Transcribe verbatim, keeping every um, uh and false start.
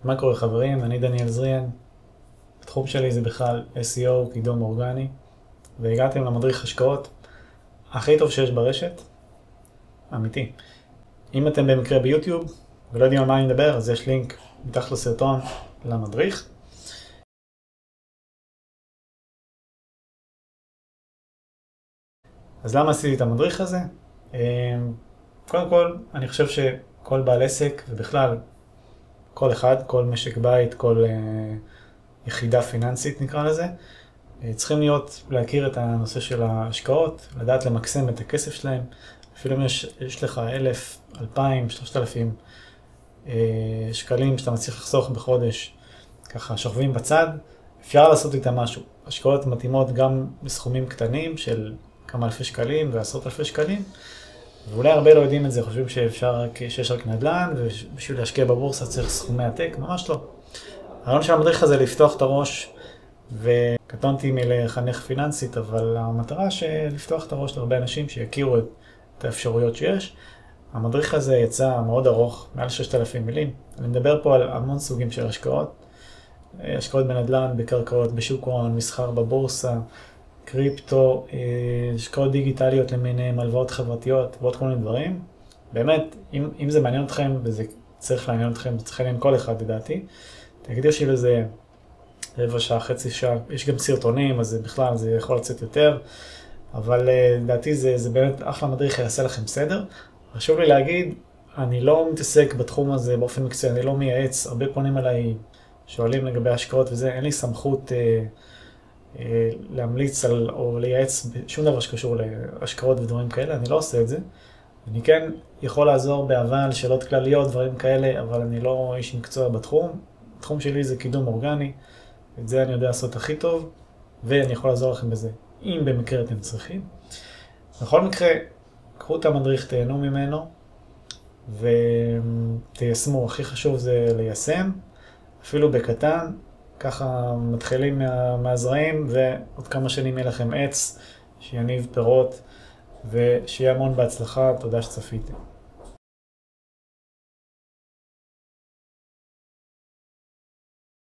מה קורה חברים? אני דניאל זריאן. התחום שלי זה בכלל אס אי או, קידום אורגני, והגעתם למדריך השקעות הכי טוב שיש ברשת, אמיתי. אם אתם במקרה ביוטיוב ולא יודעים על מה אני מדבר, אז יש לינק מתחת לסרטון למדריך. אז למה עשיתי את המדריך הזה? קודם כל, אני חושב שכל בעל עסק, ובכלל כל אחד, כל משק בית, כל uh, יחידה פיננסית נקרא לזה, uh, צריכים להיות, להכיר את הנושא של ההשקעות, לדעת למקסם את הכסף שלהם. אפילו אם יש, יש לך אלף, אלפיים, שלושת אלפים uh, שקלים שאתה מצליח לחסוך בחודש, ככה שוכבים בצד, אפשר לעשות איתם משהו. השקעות מתאימות גם בסכומים קטנים של כמה אלפי שקלים ועשרות אלפי שקלים, ואולי הרבה לא יודעים את זה, חושבים שאפשר רק, שיש רק נדל"ן, ובשביל להשקיע בבורסה צריך סכומי עתק, ממש לא. הרעיון של המדריך הזה לפתוח את הראש, וקטונתי מלחנך פיננסית, אבל המטרה של לפתוח את הראש להרבה אנשים שיכירו את, את האפשרויות שיש. המדריך הזה יצא מאוד ארוך, מעל ששת אלפים מילים. אני מדבר פה על המון סוגים של השקעות. השקעות בנדל"ן, בקרקעות, בשוק ההון, מסחר בבורסה, קריפטו, השקעות דיגיטליות למיניהם, הלוואות חברתיות ועוד כל מיני דברים. באמת, אם, אם זה מעניין אתכם, וזה צריך לעניין אתכם, זה צריך לעניין כל אחד לדעתי, תקדישי לזה רבע שעה, חצי שעה, יש גם סרטונים, אז בכלל זה יכול לצאת יותר, אבל לדעתי זה, זה באמת אחלה מדריך, יעשה לכם סדר. חשוב לי להגיד, אני לא מתעסק בתחום הזה באופן מקצועי, אני לא מייעץ, הרבה פונים עליי, שואלים לגבי השקעות וזה, אין לי סמכות אה, אה, להמליץ על, או לייעץ שום דבר שקשור להשקעות ודברים כאלה, אני לא עושה את זה. אני כן יכול לעזור באבל, שאלות כלליות, דברים כאלה, אבל אני לא איש מקצוע בתחום. התחום שלי זה קידום אורגני, את זה אני יודע לעשות הכי טוב, ואני יכול לעזור לכם בזה, אם במקרה אתם צריכים. בכל מקרה, קחו את המדריך, תהנו ממנו, ותיישמו. הכי חשוב זה ליישם, אפילו בקטן, ככה מתחילים מה, מהזרעים, ועוד כמה שנים יהיה לכם עץ שיניב פירות, ושיהיה המון בהצלחה. תודה שצפיתם.